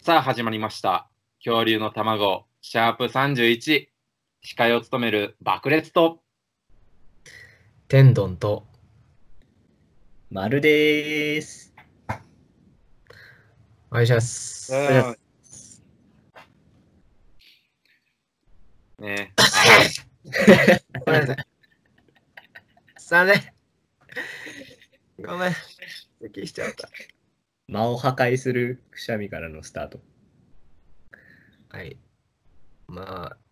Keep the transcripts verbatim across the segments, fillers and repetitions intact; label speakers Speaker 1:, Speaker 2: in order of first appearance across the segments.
Speaker 1: さあ始まりました。恐竜の卵、シャープさんじゅういち。司会を務める爆裂と、
Speaker 2: 天丼と、
Speaker 3: 丸でーす。
Speaker 2: お願いします。
Speaker 1: うん
Speaker 3: お願いします
Speaker 1: ね
Speaker 2: ごめんなさい。すいません。ごめん。咳しちゃった。
Speaker 3: 間を破壊するくしゃみからのスタート。
Speaker 2: はい。まあ、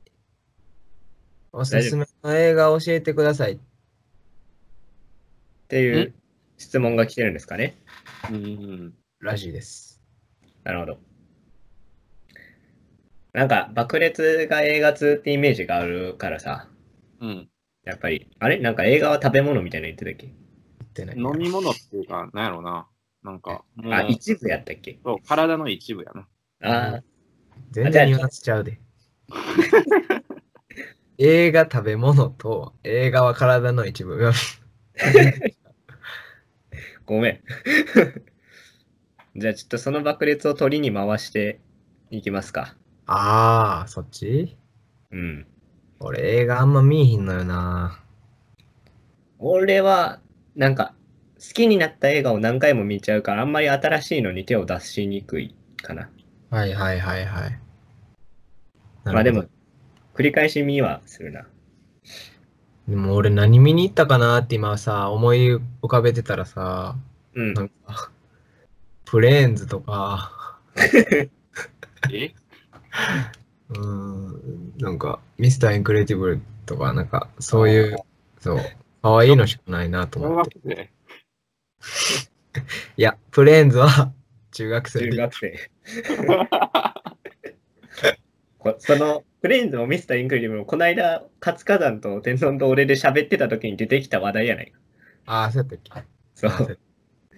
Speaker 2: おすすめの映画を教えてください。
Speaker 3: っていう質問が来てるんですかね。
Speaker 1: うん。
Speaker 2: らしいです。
Speaker 3: なるほど。なんか、爆裂が映画通ってイメージがあるからさ、
Speaker 1: うん。
Speaker 3: やっぱり、あれなんか映画は食べ物みたいなの言ってたっけ？
Speaker 2: 言ってないな。
Speaker 1: 飲み物っていうか、なんやろな。なんか、もう
Speaker 3: あ、一部やったっけ？
Speaker 1: そう体の一部やな。
Speaker 3: あ
Speaker 2: 全然ニュアンスちゃうで。映画食べ物と映画は体の一部。
Speaker 3: ー、ごめん。じゃあちょっとその爆裂を鳥に回していきますか。
Speaker 2: ああ、そっち
Speaker 3: うん。
Speaker 2: 俺映画あんま見えひんのよな。
Speaker 3: 俺は、なんか、好きになった映画を何回も見ちゃうから、あんまり新しいのに手を出しにくいかな。
Speaker 2: はいはいはいはい。
Speaker 3: まあでも、繰り返し見はするな。
Speaker 2: でも俺何見に行ったかなって今さ、思い浮かべてたらさ、
Speaker 3: うん。
Speaker 2: なんか、プレーンズとか、
Speaker 1: え
Speaker 2: うーん、なんか、ミスターインクレディブルとか、なんか、そういう、そう、可愛いのしかないなと
Speaker 1: 小
Speaker 2: 思って。
Speaker 1: 学生
Speaker 2: いや、プレーンズは中学生で。
Speaker 3: 中学生。こその、フレンズもミスターインクレディブルも、この間、活火山と天丼と俺で喋ってた時に出てきた話題やないか。
Speaker 2: ああ、そうやったっけ。
Speaker 3: そ
Speaker 2: あそう
Speaker 3: う。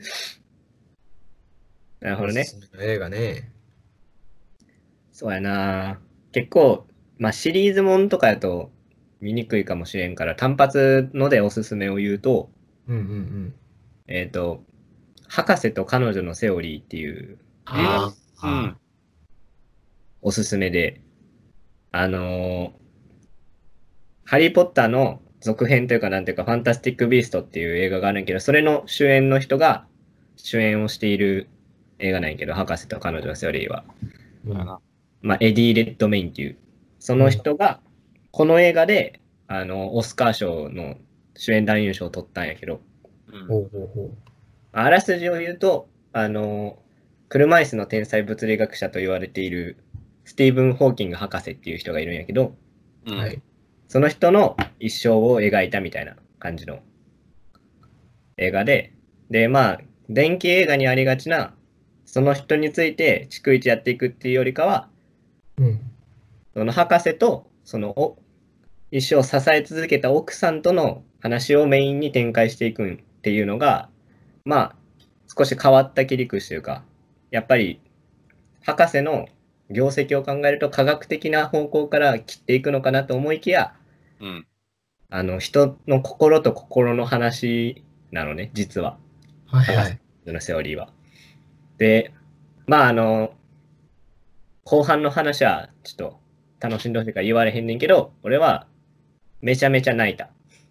Speaker 3: なるほどね。
Speaker 2: おすすめの映画ね。
Speaker 3: そうやな。結構、まあシリーズもんとかやと見にくいかもしれんから、単発のでおすすめを言うと、
Speaker 2: うんうんうん。
Speaker 3: えっ、と、博士と彼女のセオリーっていう映画
Speaker 2: ああ、
Speaker 1: うん。
Speaker 3: おすすめで、あのーハリー・ポッターの続編というか、なんていうか、ファンタスティック・ビーストっていう映画があるんやけど、それの主演の人が主演をしている映画なんやけど、博士と彼女のセオリーは。
Speaker 1: そうやな。
Speaker 3: まあ、エディ・レッドメインっていう、その人が、この映画で、あの、オスカー賞の主演男優賞を取ったんやけど、
Speaker 1: うん。
Speaker 2: ほうほうほ
Speaker 3: あらすじを言うと、あの、車椅子の天才物理学者と言われているスティーブン・ホーキング博士っていう人がいるんやけど、
Speaker 1: う
Speaker 2: う。
Speaker 1: ん。
Speaker 2: はい。
Speaker 3: その人の一生を描いたみたいな感じの映画で、で、まあ、電気映画にありがちな、その人について逐一やっていくっていうよりかは、
Speaker 2: うん。
Speaker 3: その博士と、そのお一生支え続けた奥さんとの話をメインに展開していくっていうのが、まあ、少し変わった切り口というか、やっぱり、博士の業績を考えると科学的な方向から切っていくのかなと思いきや、
Speaker 1: うん。
Speaker 3: あの、人の心と心の話なのね、実は。
Speaker 2: はいはい。
Speaker 3: そのセオリーは。で、まあ、あの、後半の話はちょっと楽しんでほしいから言われへんねんけど、俺はめちゃめちゃ泣いた。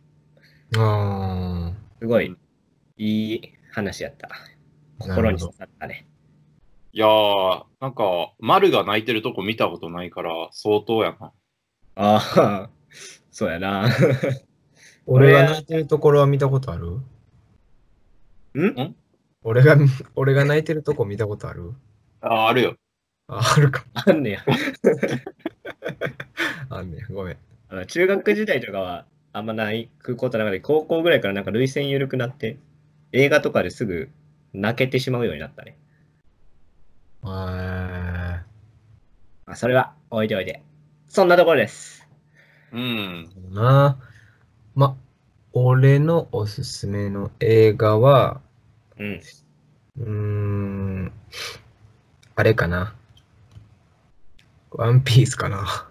Speaker 2: あ
Speaker 3: すごいいい話やった。心に刺さったね。
Speaker 1: いやー、なんか、丸が泣いてるとこ見たことないから、相当やな。
Speaker 3: ああ、そうやな。
Speaker 2: ー俺が泣いてるところは見たことある
Speaker 3: ん
Speaker 2: 俺が、俺が泣いてるとこ見たことある
Speaker 1: あ、あるよ。
Speaker 2: あ、あるか。
Speaker 3: あんねや。
Speaker 2: あんねん、ごめん。
Speaker 3: あの中学時代とかはあんまないくことなくて、高校ぐらいからなんか涙腺緩くなって、映画とかですぐ泣けてしまうようになったね。
Speaker 2: えー、
Speaker 3: まあ、それは置いておいて。そんなところです。
Speaker 1: うん。
Speaker 2: な。ま、俺のおすすめの映画は、
Speaker 3: うん。
Speaker 2: うーん、あれかな。ワンピースかな。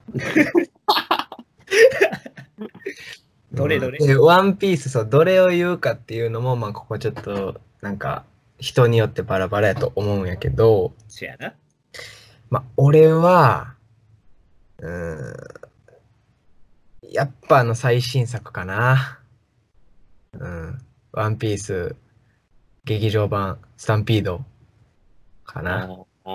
Speaker 3: どれどれ
Speaker 2: でワンピース、そう、どれを言うかっていうのも、まあ、ここちょっと、なんか、人によってバラバラやと思うんやけど、
Speaker 3: そやな。
Speaker 2: まあ、俺は、うーん、やっぱあの最新作かな。うん。ワンピース劇場版スタンピードかな。
Speaker 1: うん。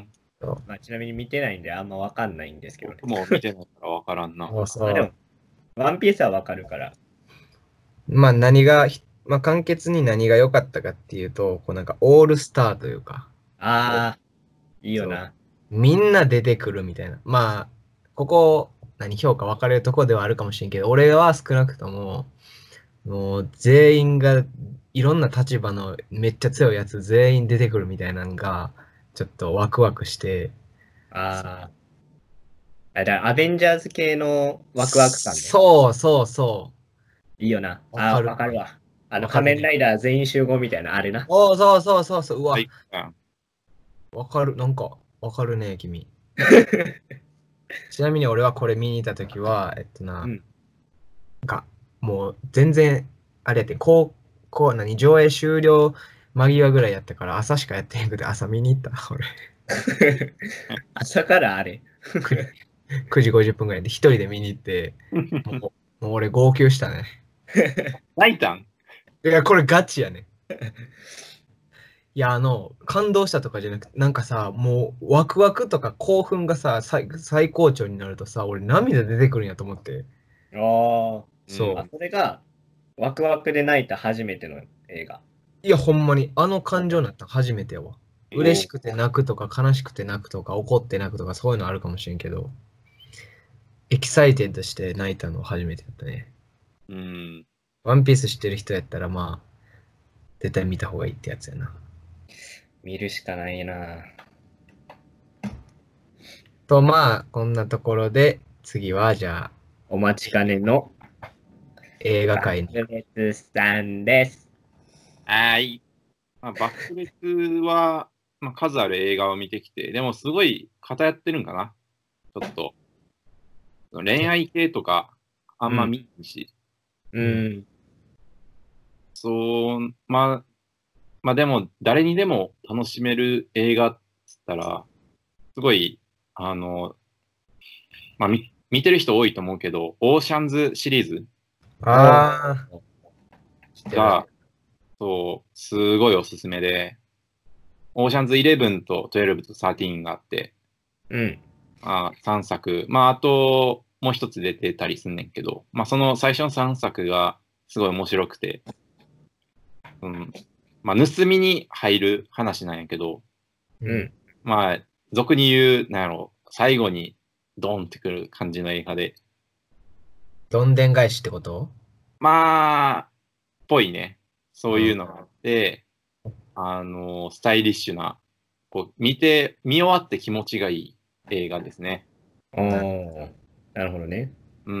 Speaker 2: そう
Speaker 3: まあ、ちなみに見てないんであんまわかんないんですけどね。
Speaker 1: 僕も見てないからわからんな。
Speaker 2: そうそ
Speaker 3: まあでも
Speaker 2: う。、
Speaker 3: ワンピースはわかるから。
Speaker 2: まあ何が、まあ簡潔に何が良かったかっていうと、こうなんかオールスターというか、
Speaker 3: ああ、いいよ
Speaker 2: そう
Speaker 3: な。
Speaker 2: みんな出てくるみたいな。まあ、ここ、何評価分かれるところではあるかもしれんけど、俺は少なくとも、もう全員がいろんな立場のめっちゃ強いやつ全員出てくるみたいなのが、ちょっとワクワクして、
Speaker 3: ああ。あ、だからアベンジャーズ系のワクワク感ね。
Speaker 2: そうそうそ
Speaker 3: いいよな。
Speaker 2: う。わ
Speaker 3: ああ、
Speaker 2: かる。
Speaker 3: わかるわ。あの、
Speaker 2: わかるね。
Speaker 3: 仮面ライダー全員集合みたいな、あれな。
Speaker 2: おーそうそうそうそう。うわ、
Speaker 1: はい。うん
Speaker 2: わかる。なんか、わかるね、君。ちなみに俺はこれ見に行った時は、えっとな、
Speaker 3: うん。
Speaker 2: が、もう全然、あれやって、こう、こう、何、上映終了間際ぐらいやったから、朝しかやってへんくて、朝見に行った、俺。
Speaker 3: 朝からあれ。
Speaker 2: くじくじごじゅっぷんぐらいで一人で見に行って、もう、もう俺号泣したね。
Speaker 1: 泣いたん
Speaker 2: いや、これガチやね。いや、あの、感動したとかじゃなくて、なんかさ、もう、ワクワクとか興奮がさ、最最高潮になるとさ、俺涙出てくるんやと思って。
Speaker 3: あ
Speaker 2: そう。
Speaker 3: あ、それがワクワクで泣いた初めての映画。
Speaker 2: いや、ほんまに、あの感情になったの初めてやわ。嬉し
Speaker 1: お
Speaker 2: くて泣くとか、悲しくて泣くとか、怒って泣くとか、そういうのあるかもしれんけど、エキサイテッドして泣いたの初めてだったね。
Speaker 1: うん。
Speaker 2: ワンピース知ってる人やったら、まあ、絶対見た方がいいってやつやな。
Speaker 3: 見るしかないな。
Speaker 2: と、まあ、こんなところで、次は、じゃあ、
Speaker 3: お待ちかねの
Speaker 2: 映画界に。
Speaker 3: 爆裂さんです。
Speaker 1: はい。まあ、爆裂は、まあ、数ある映画を見てきて、でもすごい偏ってるんかな。ちょっと。恋愛系とか、あんま見んし。
Speaker 3: うん。
Speaker 1: そう、まあ、まあでも、誰にでも楽しめる映画っつったら、すごい、あの、まあ見、見てる人多いと思うけど、オーシャンズシリーズ
Speaker 2: ああ、知ってる。
Speaker 1: が、そう、すごいおすすめで、オーシャンズイレブンとじゅうにとじゅうさんがあって、
Speaker 3: うん。
Speaker 1: まあ、さんさく、まあ、あと、もう一つ出てたりすんねんけど、まあ、その最初のさんさくがすごい面白くて、うん、まあ、盗みに入る話なんやけど、
Speaker 3: うん。
Speaker 1: まあ、俗に言う、なんやろ、最後にドンってくる感じの映画で、
Speaker 2: どんでん返しってこと？
Speaker 1: まあ、ぽいね。そういう
Speaker 2: うん
Speaker 1: のがあって、あの、スタイリッシュな、こう、見て、見終わって気持ちがいい映画ですね。
Speaker 3: おー、なるほどね。
Speaker 1: うん。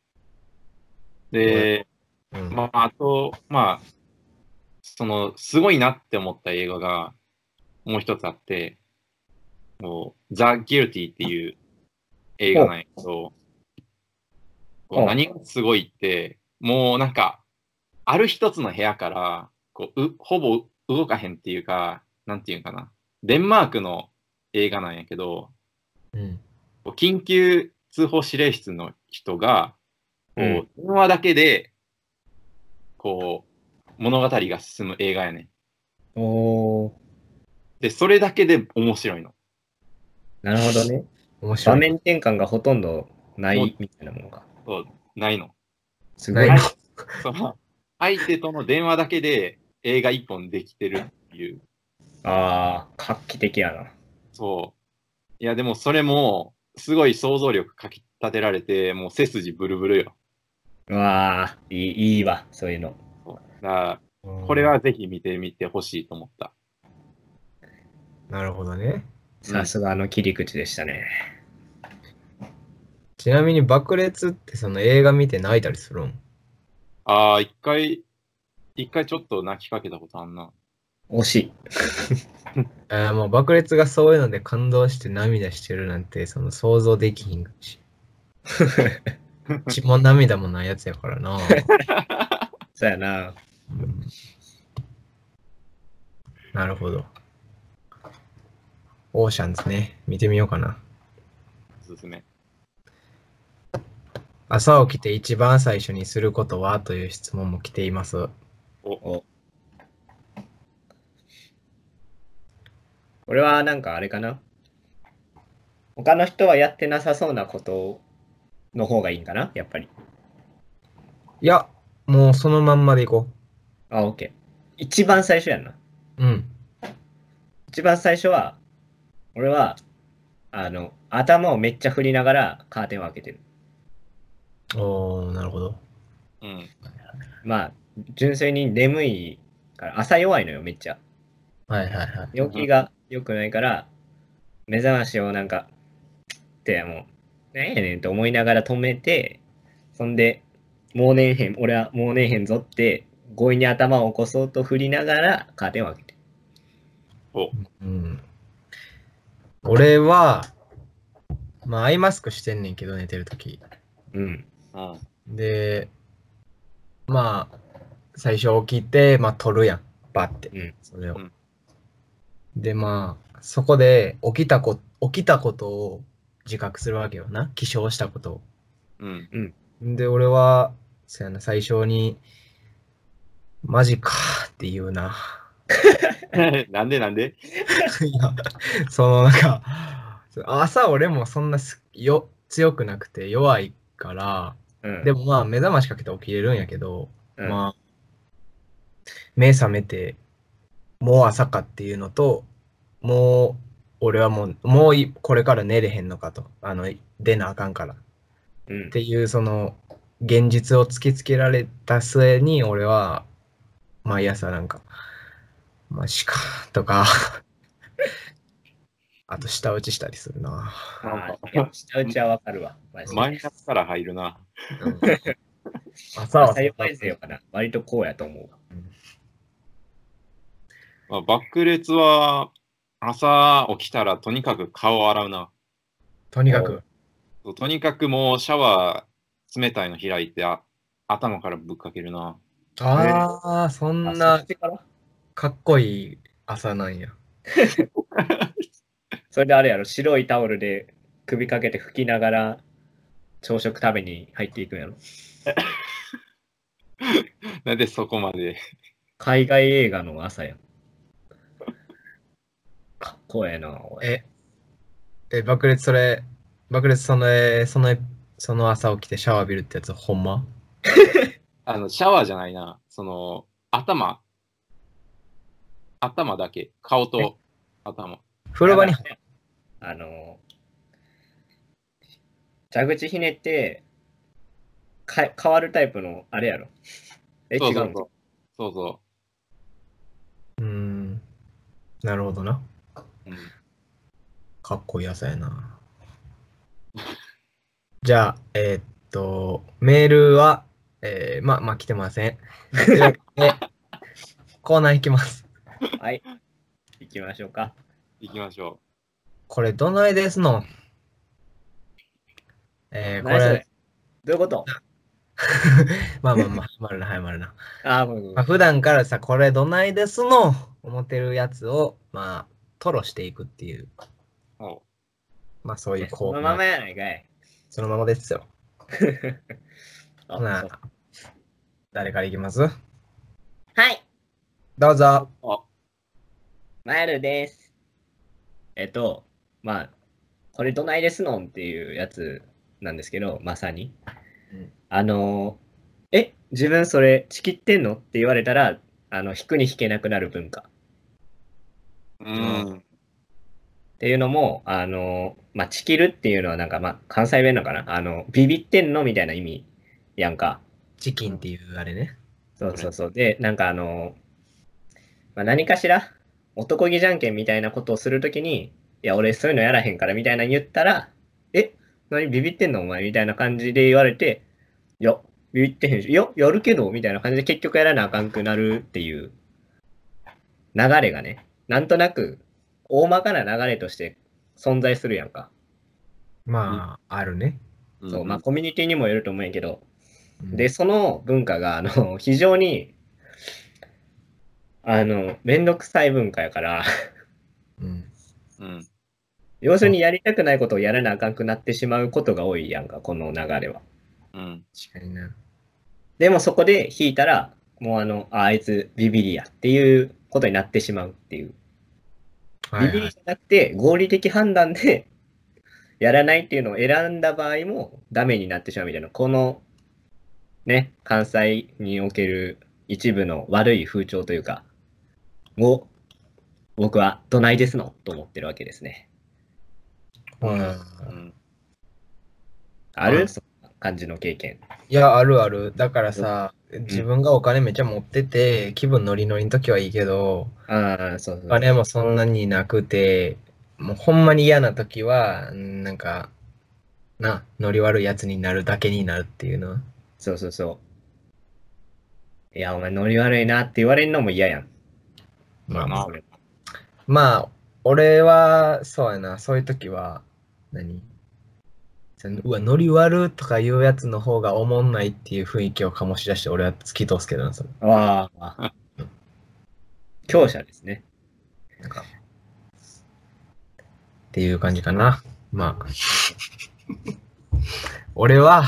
Speaker 1: で、
Speaker 2: うん。
Speaker 1: まあ、あと、まあ、その、すごいなって思った映画が、もう一つあって、もう、ザ・ギルティっていう映画なんやけど、こう
Speaker 3: お
Speaker 1: 何がすごいって、もうなんか、ある一つの部屋から、こう、うほぼ動かへんっていうか、なんていうんかな。デンマークの映画なんやけど、
Speaker 2: うん。
Speaker 1: こう緊急通報指令室の人が、こう、
Speaker 3: うん
Speaker 1: 電話だけで、こう、物語が進む映画やねん。
Speaker 3: おー、
Speaker 1: で、それだけで面白いの。
Speaker 3: なるほどね。
Speaker 2: 面白い。
Speaker 3: 場面転換がほとんどないみたいなものか。
Speaker 1: そう、ないの。
Speaker 3: すごいな。
Speaker 2: ないの。
Speaker 1: その、相手との電話だけで映画一本できてるっていう。
Speaker 3: ああ、画期的やな。
Speaker 1: そう。いや、でもそれも、すごい想像力かき立てられて、もう背筋ブルブルよ。
Speaker 3: うわあ、いい、いいわ、そういうの。
Speaker 1: そうだから、これはぜひ見てみてほしいと思った。
Speaker 2: なるほどね。
Speaker 3: さすがの切り口でしたね。
Speaker 2: ちなみに爆裂ってその映画見て泣いたりするん？
Speaker 1: ああ、一回、一回ちょっと泣きかけたことあんな。
Speaker 3: 惜しい。
Speaker 2: えー、もう爆裂がそういうので感動して涙してるなんてその想像できひんし。血も涙もないやつやからな。
Speaker 3: そうやな。
Speaker 2: なるほど。 オーシャンズね。見てみようかな。
Speaker 1: おすすめ。
Speaker 2: 朝起きて一番最初にすることはという質問も来ています。
Speaker 1: お、
Speaker 3: おこれはなんかあれかな。他の人はやってなさそうなことの方がいいんかな、やっぱり。
Speaker 2: いや、もうそのまんまでいこ
Speaker 3: あ、OK。一番最初やんな。
Speaker 2: う。うん。
Speaker 3: 一番最初は、俺は、あの、頭をめっちゃ振りながらカーテンを開けてる。
Speaker 2: おー、なるほど。
Speaker 1: うん。
Speaker 3: まあ、純粋に眠いから、朝弱いのよ、めっちゃ。
Speaker 2: はいはいはい。
Speaker 3: 寝起きが良くないから、目覚ましをなんか、ってもう、なんやねんと思いながら止めて、そんで、もう寝えへん、俺はもう寝えへんぞって、強引に頭を起こそうと振りながらカーテンを開けてる。
Speaker 1: お、
Speaker 2: うん。俺は、まあアイマスクしてんねんけど、寝てるとき。
Speaker 3: うん。
Speaker 1: うん。
Speaker 2: で、まあ、最初起きて、まあ撮るやん。バッて。
Speaker 3: うん。
Speaker 2: それを。
Speaker 1: うん
Speaker 2: で、まあ、そこで起きたこ、起きたことを自覚するわけよな。起床したことを。
Speaker 1: うん。
Speaker 2: で、俺は、そうやな、最初に、マジかって言うな。
Speaker 1: なんでなんで
Speaker 2: いや、そのなんか、朝俺もそんなすよ強くなくて弱いから、
Speaker 3: うん。
Speaker 2: でもまあ目覚ましかけて起きれるんやけど、
Speaker 3: うん
Speaker 2: まあ、目覚めて、もう朝かっていうのと、もう、俺はもう、もういこれから寝れへんのかと、あの、出なあかんから。
Speaker 3: うん
Speaker 2: っていう、その、現実を突きつけられた末に、俺は、毎朝なんか、マジか、とか、あと舌打ちしたりするな。
Speaker 3: ああ、いや、下打ちはわかるわ。マジで。
Speaker 1: マイナスから入るな。
Speaker 2: うん朝は
Speaker 3: 朝弱いぜよかな。割とこうやと思うわ。
Speaker 1: まあ、爆裂は朝起きたらとにかく顔を洗うな。
Speaker 2: とにかく。
Speaker 1: そうとにかくもうシャワー冷たいの開いてあ頭からぶっかけるな。
Speaker 2: ああ、そん
Speaker 3: あ、そ
Speaker 2: な
Speaker 3: っちから
Speaker 2: かっこいい朝なんや。
Speaker 3: それであれやろ、白いタオルで首かけて拭きながら朝食食べに入っていくんやろ。
Speaker 1: なんでそこまで。
Speaker 3: 海外映画の朝やん。かっこええな、おい。
Speaker 2: え、え、爆裂それ、爆裂その、えその、その朝起きてシャワー浴びるってやつほんま？
Speaker 1: あの、シャワーじゃないな。その、頭。頭だけ。顔と頭。
Speaker 2: 風呂場に
Speaker 3: だからあの、蛇口ひねってか変わるタイプのあれやろ。え、違の
Speaker 1: そうそううそう。そうそう
Speaker 2: ーん、なるほどな。
Speaker 1: う。うん。
Speaker 2: かっこいい朝やな。じゃあ、えーっと、メールは、えー、ま、まあ、来てません。というわけでコーナー行きます。
Speaker 3: はい。行きましょうか。
Speaker 1: 行きましょ
Speaker 2: これ、どないですの？えー、これ
Speaker 3: 何それ、どういうこと？
Speaker 2: まあまあまあ、はまるな、はまるな。
Speaker 3: ああ、ごめんごめん
Speaker 2: まあ、普段からさ、これどないですの思ってるやつを、まあ、吐露していくっていう、
Speaker 1: う。おう
Speaker 2: まあそういう
Speaker 3: そ
Speaker 2: コーナー。
Speaker 3: のままやないかい。
Speaker 2: そのままですよ。
Speaker 3: あ、
Speaker 2: ほな
Speaker 3: そう、
Speaker 2: 誰からいきます？
Speaker 3: はい、
Speaker 2: どうぞ。
Speaker 1: あ、
Speaker 3: マイルです。えっと、まあ、これどないですのんっていうやつなんですけど、まさに。
Speaker 2: うん
Speaker 3: あの、え、自分それ、チキってんのって言われたら、あの、引くに引けなくなる文化。
Speaker 1: うーん。
Speaker 3: っていうのも、あの、まあ、チキるっていうのはなんか、まあ、関西弁なのかな、あの、ビビってんのみたいな意味やんか。
Speaker 2: チキンっていうあれね。
Speaker 3: そうそうそう。で、なんかあの、まあ、何かしら、男気じゃんけんみたいなことをするときに、いや、俺そういうのやらへんからみたいなの言ったら、え、何ビビってんのお前みたいな感じで言われて、いや、ビビってへんし、いや、やるけど、みたいな感じで結局やらなあかんくなるっていう流れがね、なんとなく大まかな流れとして存在するやんか。
Speaker 2: まあ、あるね。
Speaker 3: そう、まあコミュニティにもよると思うんやけど、
Speaker 2: うん
Speaker 3: で、その文化が、あの、非常に、あの、めんどくさい文化やから、
Speaker 2: うん。
Speaker 1: うん。
Speaker 3: 要するにやりたくないことをやらなあかんくなってしまうことが多いやんか、この流れは。
Speaker 1: うん。
Speaker 2: 確かにな。
Speaker 3: でもそこで引いたら、もうあの、ああいつビビリやっていうことになってしまうっていう。
Speaker 2: はいはい
Speaker 3: ビビリじゃなくて合理的判断でやらないっていうのを選んだ場合もダメになってしまうみたいな、このね、関西における一部の悪い風潮というか、を僕はどないですのと思ってるわけですね。
Speaker 2: うん
Speaker 1: うん。
Speaker 3: ある、
Speaker 2: うん
Speaker 3: そんな感じの経験。
Speaker 2: いや、あるある。だからさ、自分がお金めっちゃ持ってて、気分ノリノリの時はいいけど、
Speaker 3: ああ、そうそう
Speaker 2: お金もそんなになくて、もうほんまに嫌な時は、うんなんか、な、ノリ悪いやつになるだけになるっていうの。
Speaker 3: そうそうそう。いや、お前ノリ悪いなって言われるのも嫌やん。
Speaker 2: まあ
Speaker 1: まあ
Speaker 3: それ
Speaker 2: まあ、俺は、そうやな、そういう時は、何そのうわ、ノリ悪とかいうやつの方がおもんないっていう雰囲気を醸し出して、俺は突き通すけどな、それ。
Speaker 3: ああ、強者ですね。
Speaker 2: なんか、っていう感じかな。まあ、俺は、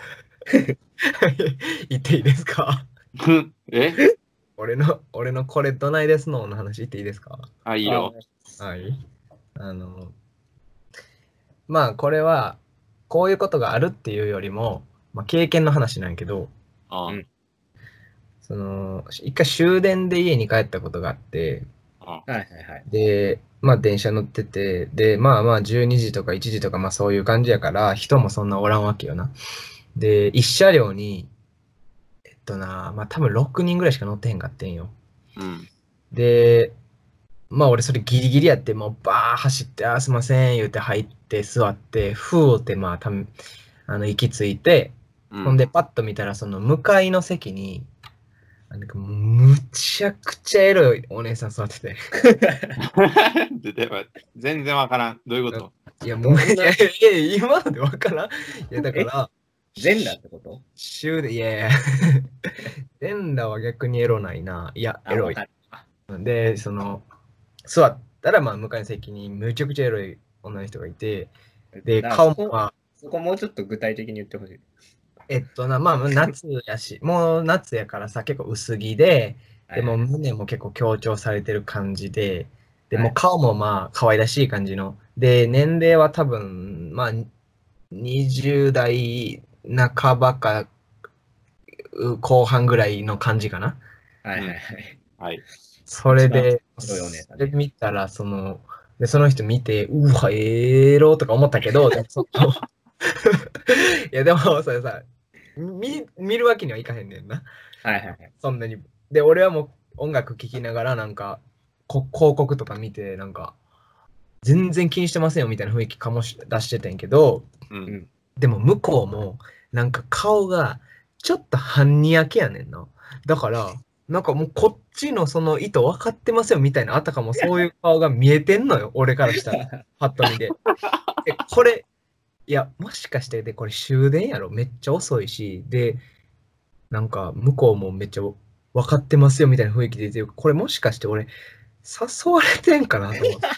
Speaker 2: 言っていいですか
Speaker 1: え
Speaker 2: 俺の、俺のこれどないですのの話言っていいですか
Speaker 1: あ、いいよ。
Speaker 2: はい。あの、まあ、これは、こういうことがあるっていうよりも、まあ、経験の話なんやけど、
Speaker 1: あ
Speaker 3: うん
Speaker 2: その、一回終電で家に帰ったことがあって、
Speaker 1: あ。
Speaker 3: はいはいはい。
Speaker 2: で、まあ電車乗ってて、で、まあまあじゅうにじとかいちじとかまあそういう感じやから、人もそんなおらんわけよな。で、一車両に、えっとな、まあ多分ろくにんぐらいしか乗ってへんかってんよ。
Speaker 1: うん。
Speaker 2: で、まあ俺それギリギリやって、もうバー走って、あーすいません、言うて入って座って、ふーってまあ多分、あの、息ついて、
Speaker 1: うん、
Speaker 2: ほんでパッと見たらその向かいの席に、なんかむちゃくちゃエロいお姉さん座ってて。
Speaker 1: ででも全然わからん。どういうこと
Speaker 2: いや、もう、いやいやいや、今のでわからん。いや、だから、
Speaker 3: 全裸ってこと
Speaker 2: 週で、いやいや、全裸は逆にエロないな。いや、
Speaker 3: あ、
Speaker 2: エロい
Speaker 3: わか。る。
Speaker 2: で、その、座ったら、まあ、向かいの席にむちゃくちゃエロい女の人がいて、で、
Speaker 3: だからそこ
Speaker 2: 顔も、まあ、
Speaker 3: そこもうちょっと具体的に言ってほしい。
Speaker 2: えっとな、まあ、夏やし、もう夏やからさ、結構薄着で、でも胸も結構強調されてる感じで、でもう顔もまあ可愛らしい感じの。で、年齢は多分、まあ、にじゅう代半ばかう後半ぐらいの感じかな。
Speaker 3: はいはいはい。
Speaker 1: はい。
Speaker 2: それで、
Speaker 3: 一番エロいお姉さん
Speaker 2: そ
Speaker 3: ね
Speaker 2: れ見たら、その、で、その人見て、うわ、エロとか思ったけど、でもそのいや、でも、それさ、見、見るわけにはいかへんねんな。
Speaker 3: はいはいはい。
Speaker 2: そんなに。で、俺はもう音楽聴きながら、なんか、こ広告とか見て、なんか、全然気にしてませんよみたいな雰囲気醸し出してたんやけど、
Speaker 1: うん。
Speaker 2: でも向こうも、なんか顔が、ちょっと半にやけやねんな。だから、なんかもうこっちのその意図分かってますよみたいな、あたかもそういう顔が見えてんのよ、俺からしたら。パッと見で。で、これ、いや、もしかして、で、これ終電やろめっちゃ遅いし、で、なんか向こうもめっちゃ分かってますよみたいな雰囲気で出てる。これもしかして俺、誘われてんかなと思って。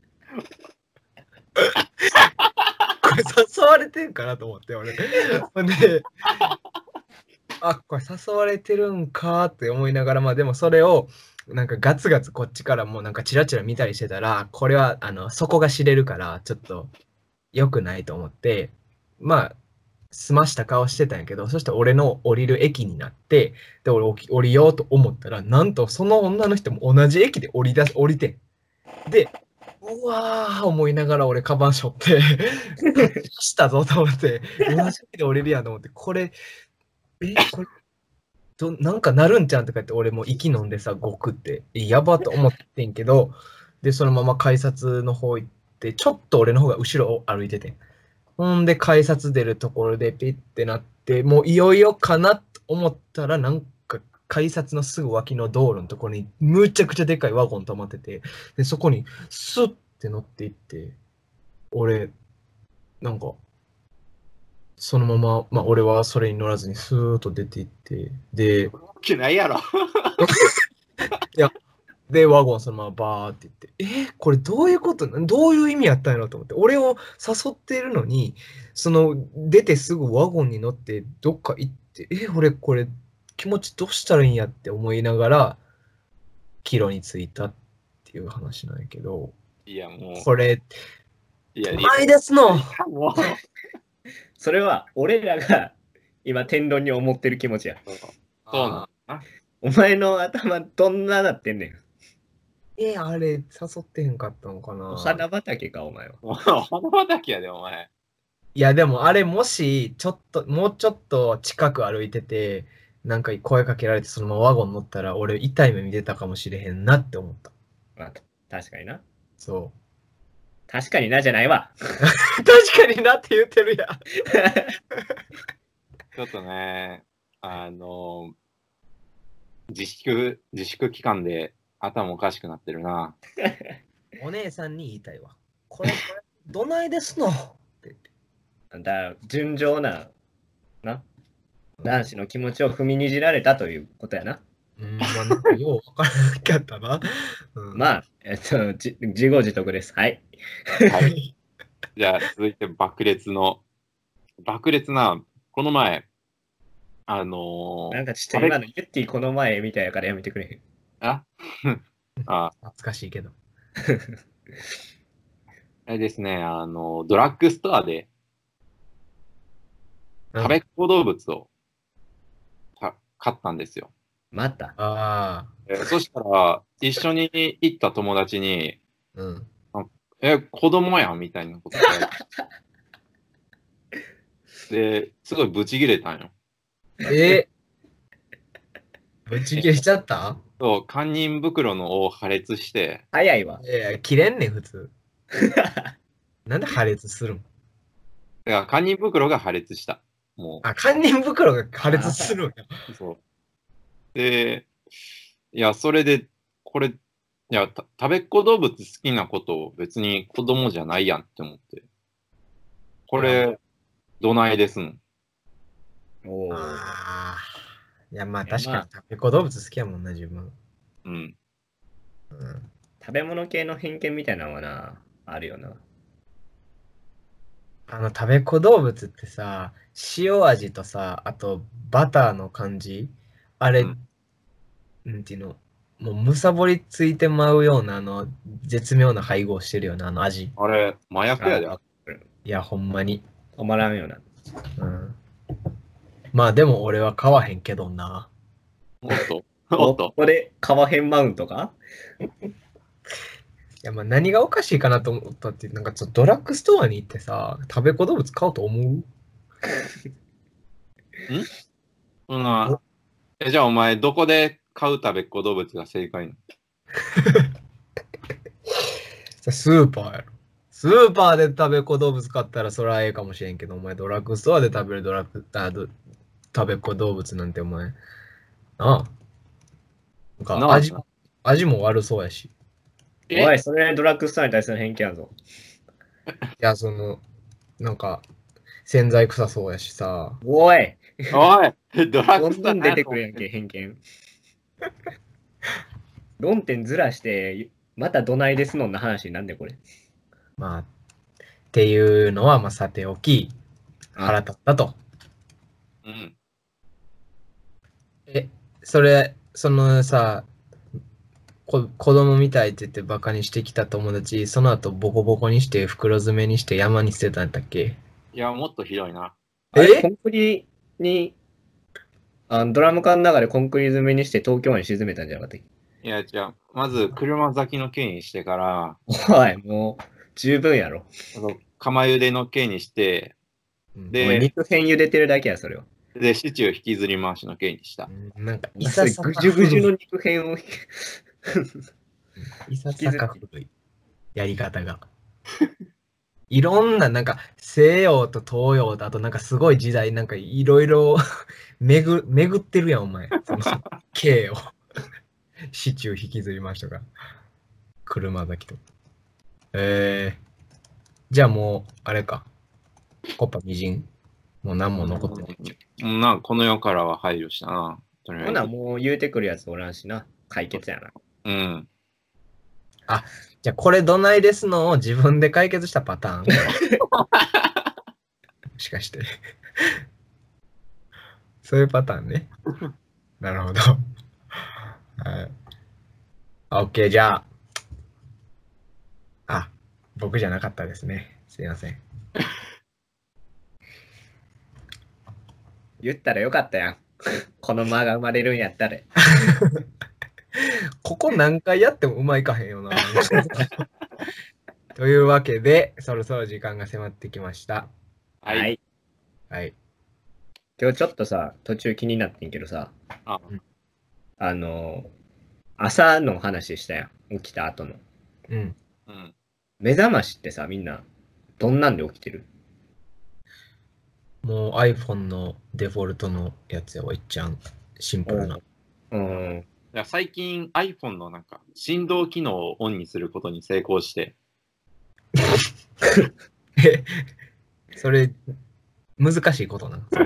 Speaker 2: これ誘われてんかなと思って、俺。ほんで、あ、これ誘われてるんかって思いながら、まあでもそれを、なんかガツガツこっちからもうなんかチラチラ見たりしてたら、これは、あの、底が知れるから、ちょっと良くないと思って、まあ、済ました顔してたんやけど、そして俺の降りる駅になって、で、俺降り降りようと思ったら、なんとその女の人も同じ駅で降り出す、降りてん。で、うわー思いながら俺カバン背負ってしたぞと思って同じ駅で降りるやんと思ってこれえこれどなんかなるんちゃうんとか言って俺もう息飲んでさごくってえやばと思ってんけどでそのまま改札の方行ってちょっと俺の方が後ろを歩いててほんで改札出るところでピッてなってもういよいよかなと思ったらなんか改札のすぐ脇の道路のところにむちゃくちゃでかいワゴン止まっててでそこにスッて乗っていって俺なんかそのまままあ俺はそれに乗らずにスーッと出ていってで
Speaker 1: わけないやろ。
Speaker 2: で、ワゴンそのままバーって言って、えーこれどういうことなどういう意味やったんやろと思って、俺を誘ってるのに、その、出てすぐワゴンに乗って、どっか行って、えー俺これ気持ちどうしたらいいんやって思いながら、帰路に着いたっていう話なんやけど、
Speaker 1: いや、もう、
Speaker 2: これ、
Speaker 1: いや、いや、
Speaker 2: 前ですの
Speaker 1: もう、
Speaker 3: それは俺らが今天丼に思ってる気持ちや。
Speaker 1: そうなんだな。
Speaker 3: お前の頭どんななってんねん。
Speaker 2: えーあれ、誘ってへんかったのかな
Speaker 3: お花畑か、お前は。
Speaker 1: もう花畑やで、お前。
Speaker 2: いや、でもあれ、もし、ちょっと、もうちょっと近く歩いてて、なんか声かけられて、そのままワゴン乗ったら、俺、痛い目見てたかもしれへんなって思った。
Speaker 3: まあ、確かにな。
Speaker 2: そ
Speaker 3: 確かになじゃないわ。
Speaker 2: う。確かになって言ってるやん。
Speaker 1: ちょっとね、あの、自粛、自粛期間で頭おかしくなってるな。
Speaker 2: お姉さんに言いたいわ。これ、これ、どないですのって言って。
Speaker 3: だ純情な、な、男子の気持ちを踏みにじられたということやな。
Speaker 2: うん、まあ、なんかよう分からなかったな。うん、
Speaker 3: まあ、えっと、じ自業自得です。はい。
Speaker 1: はい。じゃあ、続いて爆裂の、爆裂な、この前、あのー、
Speaker 3: なんかちょっと今のユッティこの前みたいやからやめてくれへん。
Speaker 1: ああ、
Speaker 2: 懐かしいけど。
Speaker 1: あれですね、あの、ドラッグストアで
Speaker 2: うん
Speaker 1: 食べっ子動物をた買ったんですよ。
Speaker 3: また。
Speaker 2: あ
Speaker 1: えーそしたら、一緒に行った友達に、
Speaker 2: あ、うん。
Speaker 1: え、子供やんみたいなこと言われて。で、すごいブチギレたんよ。
Speaker 2: えぶち切れしちゃった
Speaker 1: そう、堪忍袋のを破裂して、
Speaker 3: 早いわ。
Speaker 2: いやいや、切れんねん、普通。なんで破裂するん
Speaker 1: だから堪忍袋が破裂した。も
Speaker 2: あ、堪忍袋が破裂するんや。
Speaker 1: う、そう。で、いや、それで、これ、いや、た食べっ子動物好きなこと別に子供じゃないやんって思って。これ、どないですん
Speaker 3: おお。
Speaker 2: ああ。いや、まあ
Speaker 3: いやまあ
Speaker 2: 確かに食べ子動物好きやもんな、自分。
Speaker 1: うん。
Speaker 2: うん。
Speaker 3: 食べ物系の偏見みたいなのはな、あるよな。
Speaker 2: あの、食べ子動物ってさ、塩味とさ、あとバターの感じあれ、
Speaker 1: うん
Speaker 2: なんていうの、もうむさぼりついてまうような、あの、絶妙な配合してるよな、あの味。
Speaker 1: あれ、麻薬やで。
Speaker 3: あ
Speaker 2: いや、ほんまに。
Speaker 3: 止まらんよな。
Speaker 2: うん。まあでも俺は買わへんけどな。
Speaker 1: おっと、お
Speaker 3: お
Speaker 1: っと
Speaker 3: こ。こで川辺マウントか
Speaker 2: いや、まあ何がおかしいかなと思ったっていう、なんかちょっとドラッグストアに行ってさ、食べ子動物買おうと思う
Speaker 1: そんな、え、じゃあお前、どこで買う食べっ子動物が正解なの？
Speaker 2: スーパーやろ。スーパーで食べ子動物買ったらそれはええかもしれんけど、お前ドラッグストアで食べるドラッグ、あ、ど食べっ子動物なんてお前、なあ。なん
Speaker 1: なあ
Speaker 2: か味も、味も悪そうやし。い
Speaker 1: え
Speaker 3: おい、それドラッグストアに対する偏見やぞ。
Speaker 2: や、その、なんか、洗剤臭そうやしさ。
Speaker 3: おい、
Speaker 1: おい、ドラッ
Speaker 3: どんど
Speaker 1: グストア
Speaker 3: ん出てくるやんけ、偏見。論点ずらして、またどないですのんな話なんでこれ。
Speaker 2: まあ、っていうのは、まあ、さておき、腹立ったと。
Speaker 1: うん。
Speaker 2: え、それ、そのさ、こ子供みたいって言ってバカにしてきた友達、その後ボコボコにして袋詰めにして山に捨てたんやったっけ
Speaker 1: いや、もっとひどいな。
Speaker 3: あれ
Speaker 2: え
Speaker 3: コンクリに、あのドラム缶の中でコンクリ詰めにして東京湾に沈めたんじゃなかったっ
Speaker 1: いや、じゃあ、まず、車先の刑にしてから、
Speaker 3: けおい、もう、十分やろ。
Speaker 1: あの釜茹での刑にして、
Speaker 2: うん
Speaker 1: で
Speaker 3: お前肉片茹でてるだけや、それを。
Speaker 1: で、シチュー引きずり回しの刑にした。
Speaker 2: うんなんか、い
Speaker 3: い
Speaker 2: ささか
Speaker 3: さぐじゅぐじゅの
Speaker 2: 古い。
Speaker 3: 肉片を。
Speaker 2: いささか古い。やり方が。いろんな、なんか、西洋と東洋と、あとなんかすごい時代、なんかいろいろ巡巡ってるやん、お前。その刑を。シチュー引きずりましたが。車崎と。えー、じゃあもう、あれか。コッパみじん。もう何も残ってない。
Speaker 1: もうなんかこの世からは配慮したな。とりあえず
Speaker 3: ほな、もう言うてくるやつおらんしな。解決やな。
Speaker 1: うん。
Speaker 2: あ、じゃあこれどないですのを自分で解決したパターン。もしかして。そういうパターンね。なるほど。はい。OK、じゃあ。あ、僕じゃなかったですね。すいません。
Speaker 3: 言ったらよかったやん。この間が生まれるんやったら。
Speaker 2: ここ何回やってもうまいかへんよな。というわけで、そろそろ時間が迫ってきました。
Speaker 1: は。
Speaker 3: はいい。
Speaker 2: はい。
Speaker 3: 今日ちょっとさ、途中気になってんけどさ、
Speaker 1: あ
Speaker 3: あの、朝の話したやん。起きた後の。
Speaker 2: うん。
Speaker 1: うん。
Speaker 3: 目覚ましってさ、みんな、どんなんで起きてる？
Speaker 2: もう iPhone のデフォルトのやつをいっちゃんシンプルな。
Speaker 3: うん。
Speaker 1: いや最近 iPhone のなんか振動機能をオンにすることに成功して、
Speaker 2: え、それ、難しいことなのそれ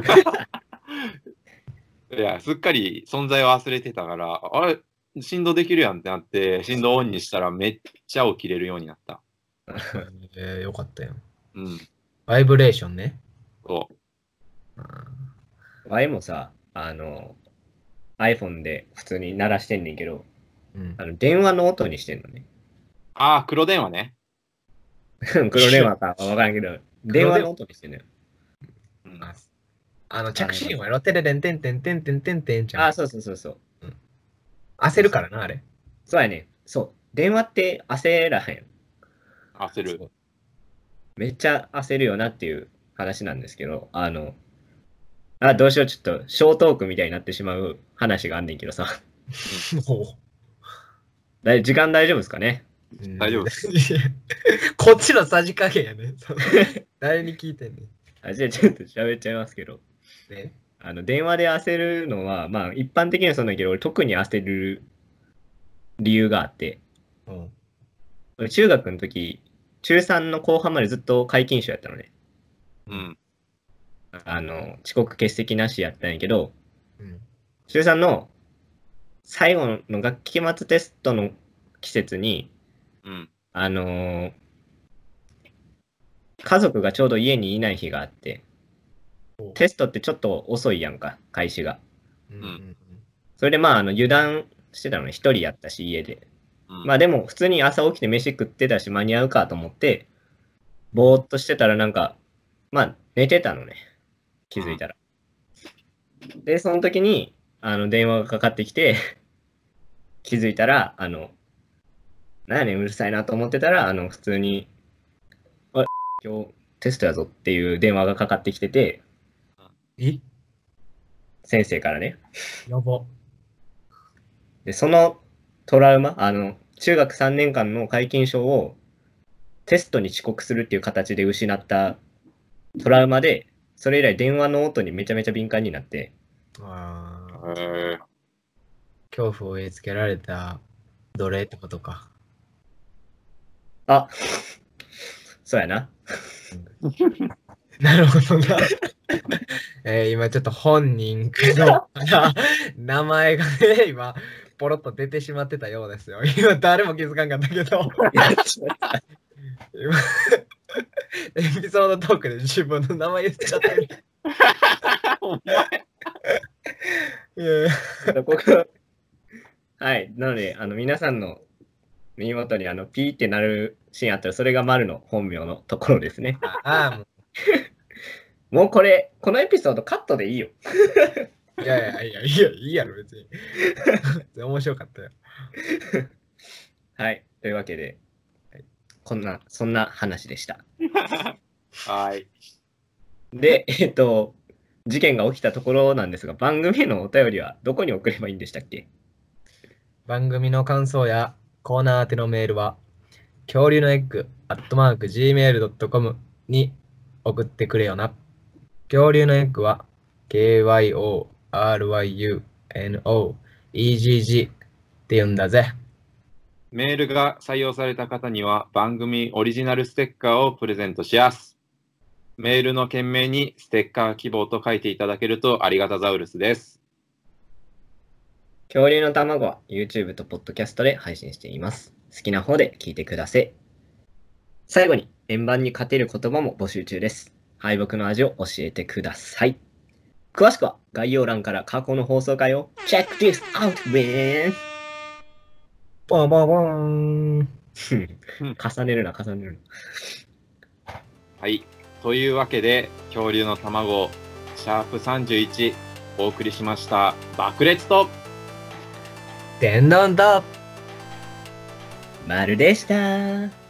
Speaker 1: いや、すっかり存在を忘れてたから、あれ、振動できるやんってなって、振動オンにしたらめっちゃ起きれるようになった。
Speaker 2: えー、よかったよ。
Speaker 1: うん。
Speaker 2: バイブレーションね。
Speaker 1: そう。
Speaker 3: ワイもさ、あの、iPhone で普通に鳴らしてんねんけど、
Speaker 2: うん。
Speaker 3: あの電話の音にしてんのね。
Speaker 1: ああ、黒電話ね。
Speaker 3: 黒電話かわからんけど、電話の音にしてんのよ。
Speaker 1: うん、
Speaker 2: ああの、着信音やろてれれんてんてんてんてんてんてんじゃん。
Speaker 3: あ、そうそうそうそう。
Speaker 2: 焦るからな、あれ。
Speaker 3: そうやね。そう。電話って焦らへん。
Speaker 1: 焦る。
Speaker 2: そう
Speaker 3: めっちゃ焦るよなっていう話なんですけど、あの、あ、どうしよう、ちょっと小トークみたいになってしまう話があんねんけどさ。
Speaker 2: も
Speaker 3: だい時間大丈夫ですかね？
Speaker 2: う
Speaker 1: 大丈夫です。
Speaker 2: こっちのさじ加減やね。その誰に聞いてんねん。
Speaker 3: あ、じゃあちょっと喋っちゃいますけど。
Speaker 2: ね。
Speaker 3: あの、電話で焦るのは、まあ、一般的にはそうなんだけど、俺特に焦る理由があって、
Speaker 2: うん。
Speaker 3: 俺中学の時、中さんの後半までずっと皆勤賞やったのね。
Speaker 1: うん。
Speaker 3: あの、遅刻欠席なしやったんやけど、
Speaker 2: うん。
Speaker 3: 中さんの最後の学期期末テストの季節に、
Speaker 1: うん。
Speaker 3: あのー家族がちょうど家にいない日があって、テストってちょっと遅いやんか、開始が。
Speaker 2: うんうん
Speaker 3: それでまあ、あの油断してたのね、一人やったし、家で。
Speaker 1: うん。
Speaker 3: まあでも、普通に朝起きて飯食ってたし、間に合うかと思って、ぼーっとしてたらなんか、まあ、寝てたのね。気づいたら。で、その時に、あの、電話がかかってきて、気づいたら、あの、なんやねん、うるさいなと思ってたら、あの、普通に、あ、今日テストやぞっていう電話がかかってきてて、
Speaker 2: え
Speaker 3: 先生からね。
Speaker 2: やば。
Speaker 3: で、そのトラウマ、あの、中学さんねんかんの皆勤賞をテストに遅刻するっていう形で失ったトラウマで、それ以来電話の音にめちゃめちゃ敏感になって、
Speaker 2: ああ、
Speaker 1: えー、
Speaker 2: 恐怖を植え付けられた奴隷ってことか。
Speaker 3: あ、そうやな。
Speaker 2: なるほどな。えー、今ちょっと本人の名前がね、今、ポロッと出てしまってたようですよ。今誰も気づかんかったけど、今、エピソードトークで自分の名前言っちゃってる。
Speaker 1: お前。
Speaker 2: いやいや
Speaker 3: ここはい。なので、あの、皆さんの耳元にあの、ピーってなるシーンあったら、それが丸の本名のところですね。
Speaker 2: ああ、も
Speaker 3: もうこれ、このエピソードカットでいいよ。
Speaker 2: う、いやいやいや、いいや、いいやろ、別に。面白かったよ。
Speaker 3: はい。というわけで、こんな、そんな話でした。
Speaker 1: はい。
Speaker 3: で、えっと、事件が起きたところなんですが、番組へのお便りはどこに送ればいいんでしたっけ？
Speaker 2: 番組の感想やコーナー宛てのメールは、恐竜のエッグ、アットマーク、ジーメールドットコム に送ってくれよな。恐竜のエッグは、ケーワイオーアールワイユーエヌオーイージージー って言うんだぜ。
Speaker 1: メールが採用された方には番組オリジナルステッカーをプレゼントします。メールの件名にステッカー希望と書いていただけるとありがたザウルスです。
Speaker 3: 恐竜の卵は YouTube と Podcast で配信しています。 好きな方で聞いてください。最後に、円盤に勝てる言葉も募集中です。敗北の味を教えてください。詳しくは概要欄から過去の放送回を Check this out, man!
Speaker 2: バンバンバーン。
Speaker 3: 重ねるな、重ねるな。
Speaker 1: はい。というわけで、恐竜の卵、シャープさんじゅういち、お送りしました。爆裂と、
Speaker 2: 天丼と、
Speaker 3: 丸でした。